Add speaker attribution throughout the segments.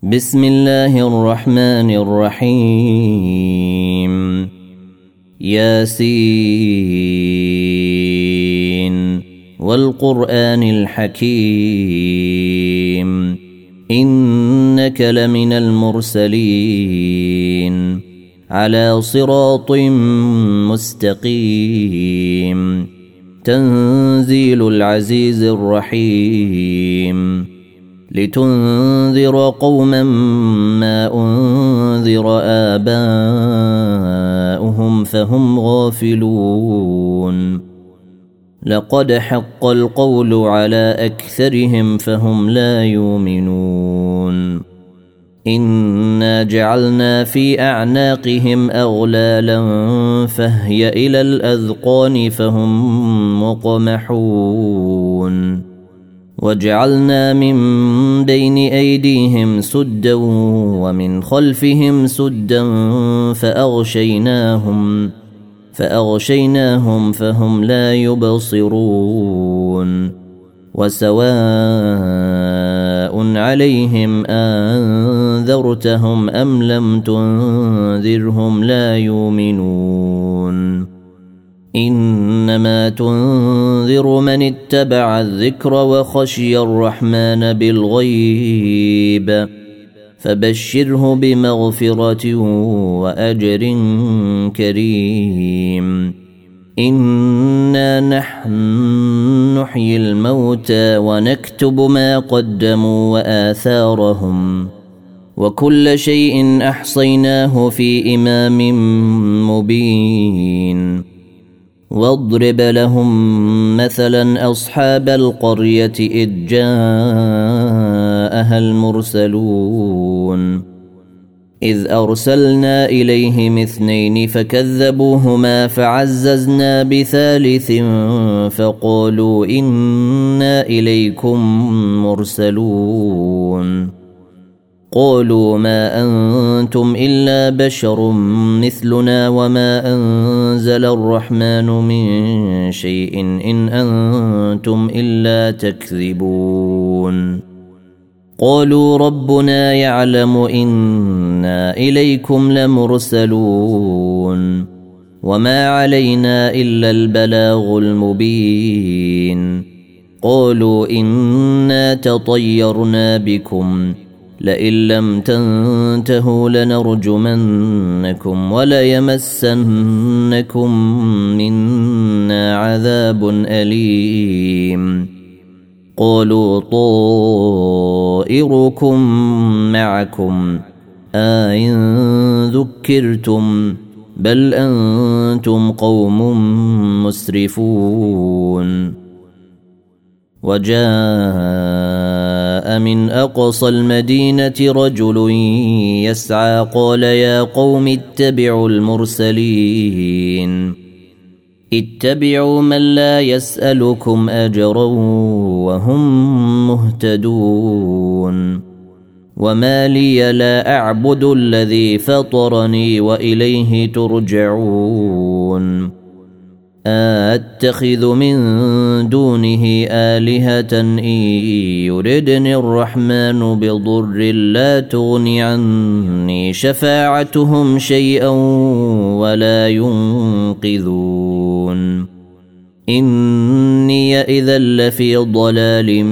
Speaker 1: بسم الله الرحمن الرحيم. ياسين والقرآن الحكيم إنك لمن المرسلين على صراط مستقيم تنزيل العزيز الرحيم لتنذر قوما ما أنذر آباؤهم فهم غافلون لقد حق القول على أكثرهم فهم لا يؤمنون إنا جعلنا في أعناقهم أغلالا فهي إلى الأذقان فهم مقمحون وجعلنا من بين أيديهم سدا ومن خلفهم سدا فأغشيناهم فهم لا يبصرون وسواء عليهم أنذرتهم أم لم تنذرهم لا يؤمنون إنما تنذر من اتبع الذكر وخشي الرحمن بالغيب فبشره بمغفرة وأجر كريم إنا نحن نحيي الموتى ونكتب ما قدموا وآثارهم وكل شيء أحصيناه في إمام مبين واضرب لهم مثلا أصحاب القرية إذ جاءها المرسلون إذ أرسلنا إليهم 2 فكذبوهما فعززنا بثالث فقالوا إنا إليكم مرسلون قالوا ما أنتم إلا بشر مثلنا وما أنزل الرحمن من شيء إن أنتم إلا تكذبون قالوا ربنا يعلم إنا إليكم لمرسلون وما علينا إلا البلاغ المبين قالوا إنا تطيرنا بكم لئن لم تنتهوا لنرجمنكم وليمسنكم منا عذاب أليم قالوا طائركم معكم أئن ذكرتم بل أنتم قوم مسرفون وجاء من أقصى المدينة رجل يسعى قال يا قوم اتبعوا المرسلين اتبعوا من لا يسألكم أجرا وهم مهتدون وما لي لا أعبد الذي فطرني وإليه ترجعون أتخذ من دونه آلهة إن يردني الرحمن بضر لا تغن عني شفاعتهم شيئا ولا ينقذون إني إذا لفي ضلال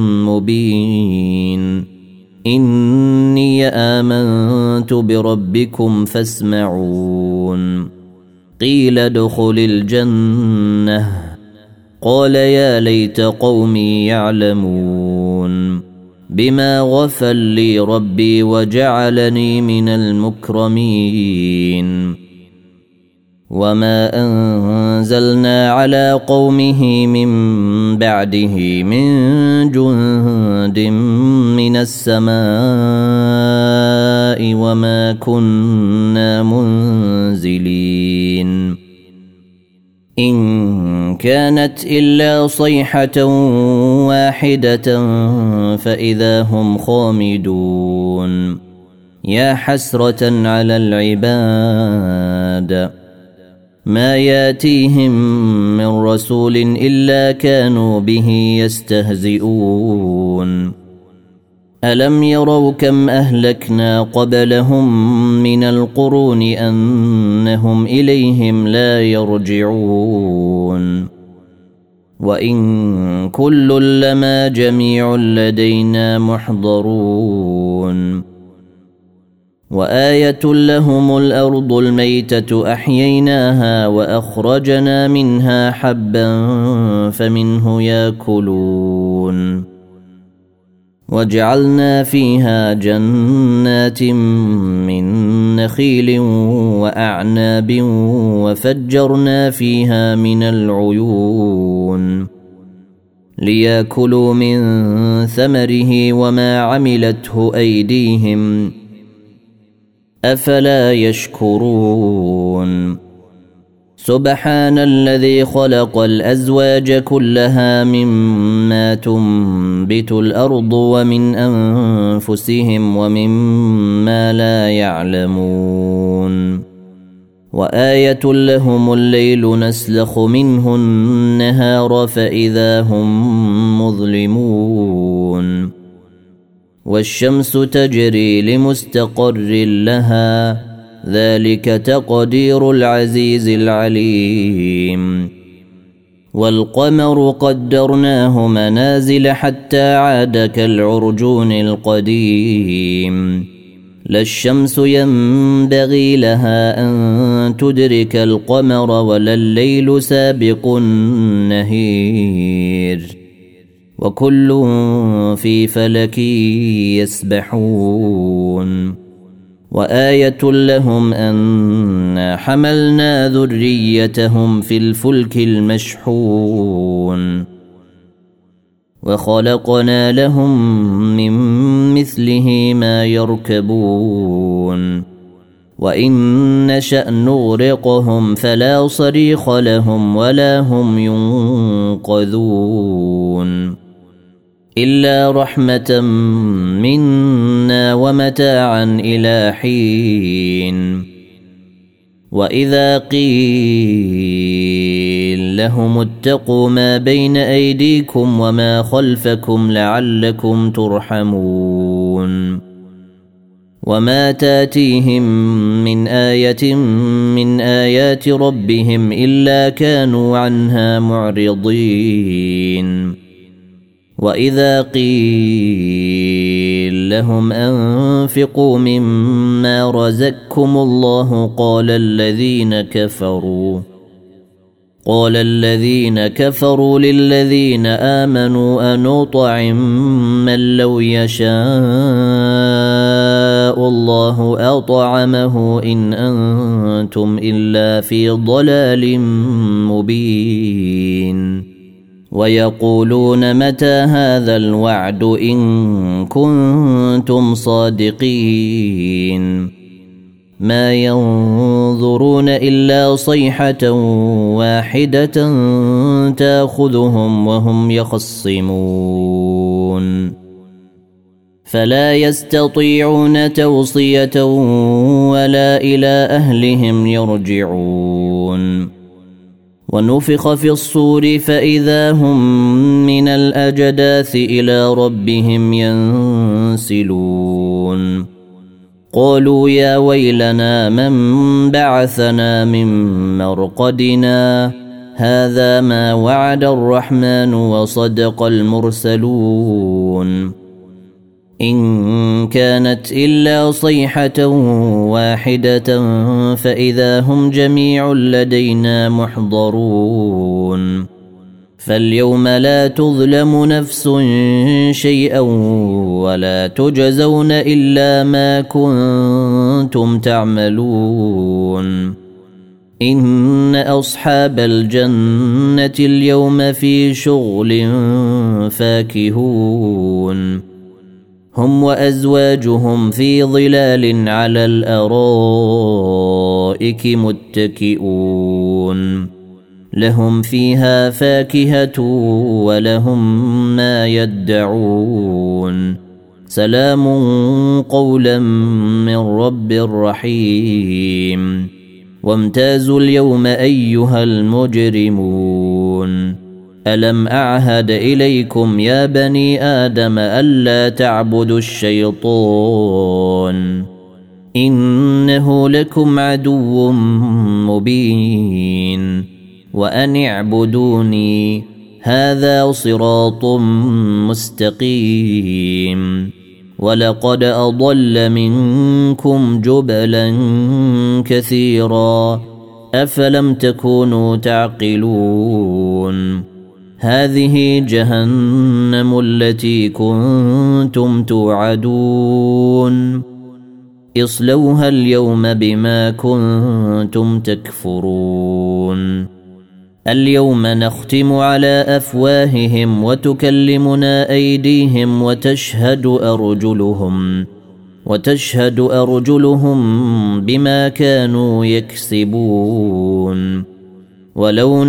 Speaker 1: مبين إني آمنت بربكم فاسمعون قيل ادخل الجنة قال يا ليت قومي يعلمون بما غفر لي ربي وجعلني من المكرمين وما أنزلنا على قومه من بعده من جند من السماء وما كنا منزلين إن كانت إلا صيحة واحدة فإذا هم خامدون يا حسرة على العباد ما ياتيهم من رسول إلا كانوا به يستهزئون ألم يروا كم أهلكنا قبلهم من القرون أنهم إليهم لا يرجعون وإن كل لما جميع لدينا محضرون وآية لهم الأرض الميتة أحييناها وأخرجنا منها حبا فمنه يأكلون وجعلنا فيها جنات من نخيل وأعناب وفجرنا فيها من العيون ليأكلوا من ثمره وما عملته أيديهم أفلا يشكرون سبحان الذي خلق الأزواج كلها مما تنبت الأرض ومن أنفسهم ومما لا يعلمون وآية لهم الليل نسلخ منه النهار فإذا هم مظلمون والشمس تجري لمستقر لها ذلك تقدير العزيز العليم والقمر قدرناه منازل حتى عاد كالعرجون القديم لا الشمس ينبغي لها أن تدرك القمر ولا الليل سابق النهير وكل في فلك يسبحون وآية لهم أنا حملنا ذريتهم في الفلك المشحون وخلقنا لهم من مثله ما يركبون وإن نشأ نغرقهم فلا صريخ لهم ولا هم ينقذون إلا رحمة منا ومتاعا إلى حين وإذا قيل لهم اتقوا ما بين أيديكم وما خلفكم لعلكم ترحمون وما تاتيهم من آية من آيات ربهم إلا كانوا عنها معرضين وإذا قيل لهم أنفقوا مما رزقكم الله قال الذين كفروا للذين آمنوا أنطعم من لو يشاء الله أطعمه إن أنتم إلا في ضلال مبين ويقولون متى هذا الوعد إن كنتم صادقين ما ينظرون إلا صيحة واحدة تأخذهم وهم يخصمون فلا يستطيعون توصية ولا إلى أهلهم يرجعون ونفخ في الصور فإذا هم من الأجداث إلى ربهم ينسلون قالوا يا ويلنا من بعثنا من مرقدنا هذا ما وعد الرحمن وصدق المرسلون إن كانت إلا صيحة واحدة فإذا هم جميع لدينا محضرون فاليوم لا تظلم نفس شيئا ولا تجزون إلا ما كنتم تعملون إن أصحاب الجنة اليوم في شغل فاكهون هم وأزواجهم في ظلال على الأرائك متكئون لهم فيها فاكهة ولهم ما يدعون سلام قولا من رب رحيم وامتازوا اليوم أيها المجرمون ألم أعهد إليكم يا بني آدم ألا تعبدوا الشيطان إنه لكم عدو مبين وأن اعبدوني هذا صراط مستقيم ولقد أضل منكم جبلا كثيرا أفلم تكونوا تعقلون هذه جهنم التي كنتم توعدون اصلوها اليوم بما كنتم تكفرون اليوم نختم على أفواههم وتكلمنا أيديهم وتشهد أرجلهم بما كانوا يكسبون ولو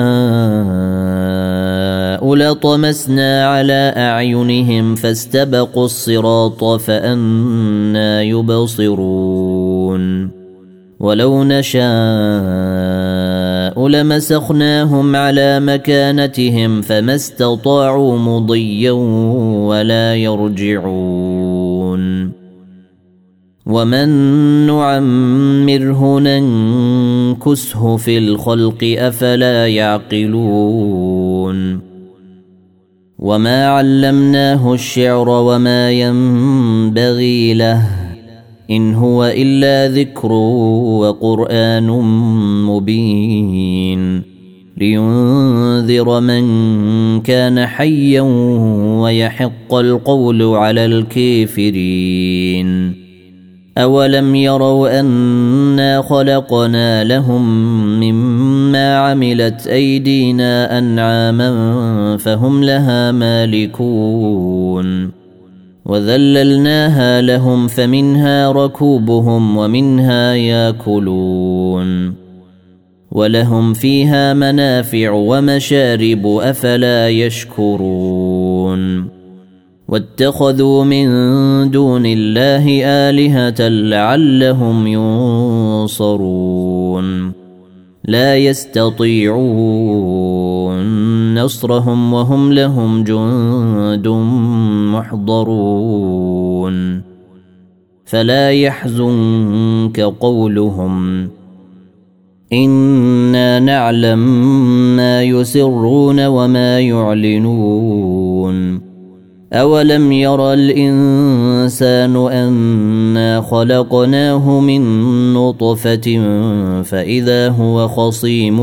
Speaker 1: نشاء لطمسنا على أعينهم فاستبقوا الصراط فأنى يبصرون ولو نشاء لمسخناهم على مكانتهم فما استطاعوا مضيا ولا يرجعون ومن نعمره ننكسه في الخلق أفلا يعقلون وما علمناه الشعر وما ينبغي له إن هو إلا ذكر وقرآن مبين لينذر من كان حيا ويحق القول على الكافرين أولم يروا أنا خلقنا لهم مما عملت أيدينا أنعاما فهم لها مالكون وذللناها لهم فمنها ركوبهم ومنها ياكلون ولهم فيها منافع ومشارب أفلا يشكرون واتخذوا من دون الله آلهة لعلهم ينصرون لا يستطيعون نصرهم وهم لهم جند محضرون فلا يحزنك قولهم إنا نعلم ما يسرون وما يعلنون أولم ير الإنسان أنا خلقناه من نطفة فإذا هو خصيم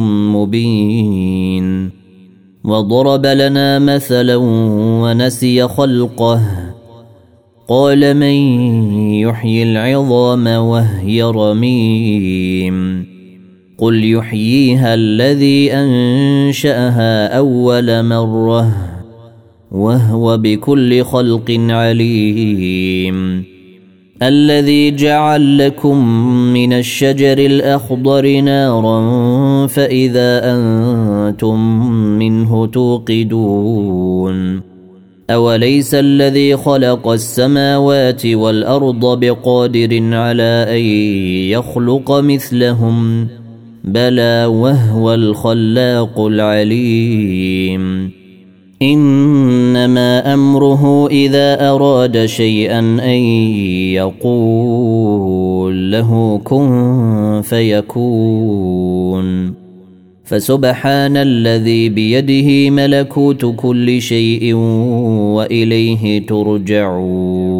Speaker 1: مبين وضرب لنا مثلا ونسي خلقه قال من يحيي العظام وهي رميم قل يحييها الذي أنشأها أول مرة وهو بكل خلق عليم الذي جعل لكم من الشجر الأخضر نارا فإذا أنتم منه توقدون أوليس الذي خلق السماوات والأرض بقادر على أن يخلق مثلهم بلى وهو الخلاق العليم إنما أمره إذا أراد شيئا أن يقول له كن فيكون فسبحان الذي بيده ملكوت كل شيء وإليه ترجعون